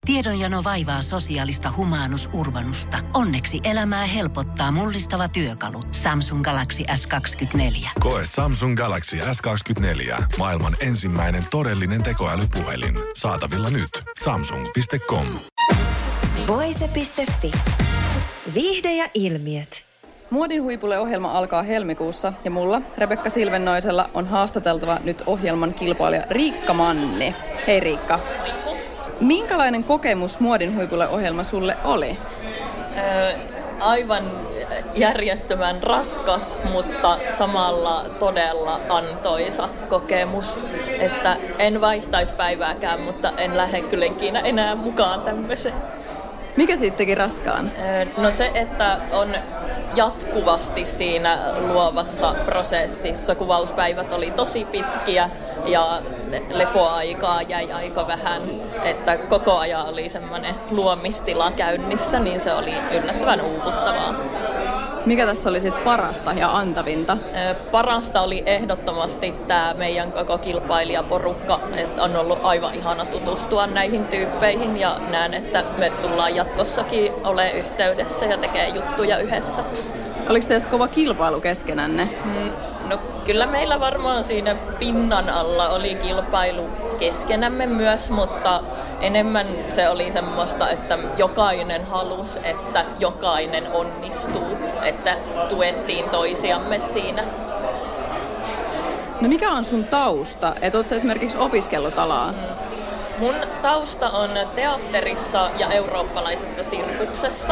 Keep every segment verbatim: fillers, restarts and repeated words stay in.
Tiedonjano vaivaa sosiaalista humanus urbanusta. Onneksi elämää helpottaa mullistava työkalu. Samsung Galaxy S kaksikymmentäneljä. Koe Samsung Galaxy S kaksikymmentäneljä. Maailman ensimmäinen todellinen tekoälypuhelin. Saatavilla nyt. samsung piste com. Voise piste fi. Viihde ja ilmiöt. Muodin huipulle -ohjelma alkaa helmikuussa ja mulla, Rebekka Silvennoisella, on haastateltava nyt ohjelman kilpailija Riikka Manni. Hei Riikka. Moikku. Minkälainen kokemus Muodin huipulle -ohjelma sulle oli? Öö, aivan järjettömän raskas, mutta samalla todella antoisa kokemus. Että en vaihtaisi päivääkään, mutta en lähde kyllä ikinä enää mukaan tämmöiseen. Mikä siitä teki raskaan? No se, että on jatkuvasti siinä luovassa prosessissa. Kuvauspäivät oli tosi pitkiä ja lepoaikaa jäi aika vähän. Että koko ajan oli semmoinen luomistila käynnissä, niin se oli yllättävän uuvuttavaa. Mikä tässä oli sitten parasta ja antavinta? Parasta oli ehdottomasti tämä meidän koko kilpailijaporukka. Että on ollut aivan ihana tutustua näihin tyyppeihin ja näen, että me tullaan jatkossakin olemaan yhteydessä ja tekee juttuja yhdessä. Oliko teistä kova kilpailu keskenänne? Mm, no kyllä meillä varmaan siinä pinnan alla oli kilpailu keskenämme myös, mutta enemmän se oli semmoista, että jokainen halusi, että jokainen onnistuu, että tuettiin toisiamme siinä. No mikä on sun tausta? Et ootko esimerkiksi opiskellut alaa? Mm. Mun tausta on teatterissa ja eurooppalaisessa sirkuksessa.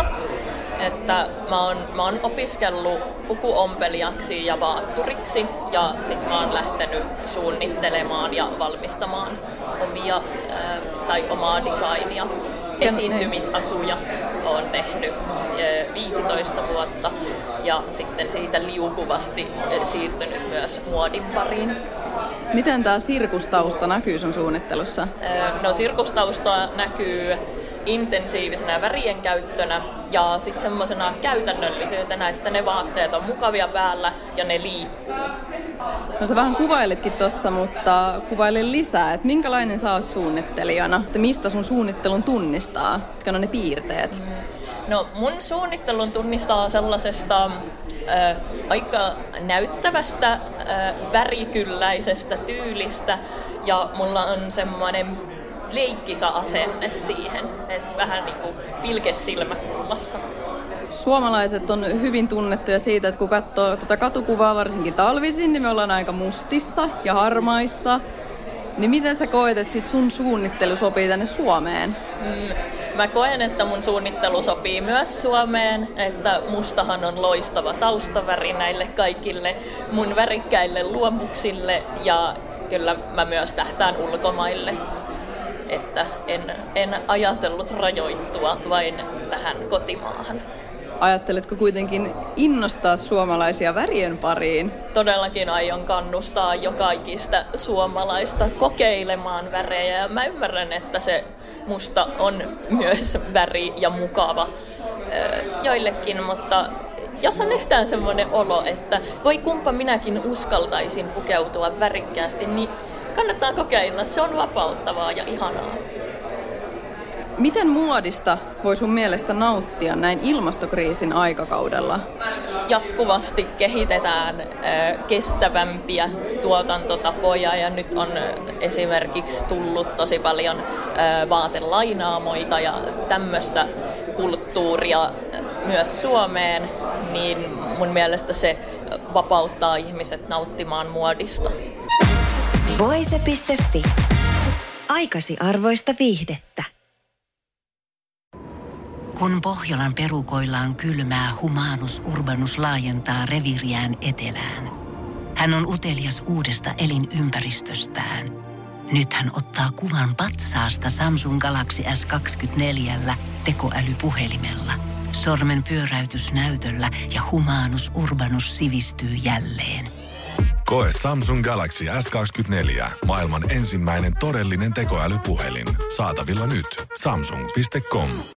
Että mä oon, mä oon opiskellut pukuompelijaksi ja vaatturiksi ja sit mä oon lähtenyt suunnittelemaan ja valmistamaan omia, ää, tai omaa designia. Esiintymisasuja oon tehnyt ää, viisitoista vuotta ja sitten siitä liukuvasti ää, siirtynyt myös muodin pariin. Miten tää sirkustausta näkyy sun suunnittelussa? Ää, no sirkustausta näkyy intensiivisenä värien käyttönä ja sitten semmoisena käytännöllisyytenä, että ne vaatteet on mukavia päällä ja ne liikkuu. No sä vähän kuvailitkin tossa, mutta kuvaile lisää, että minkälainen sä oot suunnittelijana? Että mistä sun suunnittelun tunnistaa? Mitkä on ne piirteet? Mm. No mun suunnittelun tunnistaa sellaisesta äh, aika näyttävästä, äh, värikylläisestä tyylistä ja mulla on semmoinen leikkisä asenne siihen, että vähän niin kuin pilke silmäkulmassa. Suomalaiset on hyvin tunnettuja siitä, että kun katsoo tätä katukuvaa varsinkin talvisin, niin me ollaan aika mustissa ja harmaissa. Niin miten sä koet, että sit sun suunnittelu sopii tänne Suomeen? Mm, mä koen, että mun suunnittelu sopii myös Suomeen, että mustahan on loistava taustaväri näille kaikille mun värikkäille luomuksille ja kyllä mä myös tähtään ulkomaille. Että en, en ajatellut rajoittua vain tähän kotimaahan. Ajatteletko kuitenkin innostaa suomalaisia värien pariin? Todellakin aion kannustaa jokaikista suomalaista kokeilemaan värejä. Ja mä ymmärrän, että se musta on myös väri ja mukava joillekin, mutta jos on yhtään semmoinen olo, että voi kumpa minäkin uskaltaisin pukeutua värikkäästi, niin kannattaa kokeilla. Se on vapauttavaa ja ihanaa. Miten muodista voi sun mielestä nauttia näin ilmastokriisin aikakaudella? Jatkuvasti kehitetään kestävämpiä tuotantotapoja ja nyt on esimerkiksi tullut tosi paljon vaatelainaamoita ja tämmöistä kulttuuria myös Suomeen, niin mun mielestä se vapauttaa ihmiset nauttimaan muodista. Voise piste fi. Aikasi arvoista viihdettä. Kun Pohjolan perukoillaan kylmää, humanus urbanus laajentaa reviiriään etelään. Hän on utelias uudesta elinympäristöstään. Nyt hän ottaa kuvan patsaasta Samsung Galaxy S kaksikymmentäneljä tekoälypuhelimella. Sormen pyöräytys näytöllä ja humanus urbanus sivistyy jälleen. Koe Samsung Galaxy S kaksikymmentäneljä. Maailman ensimmäinen todellinen tekoälypuhelin. Saatavilla nyt. samsung piste com.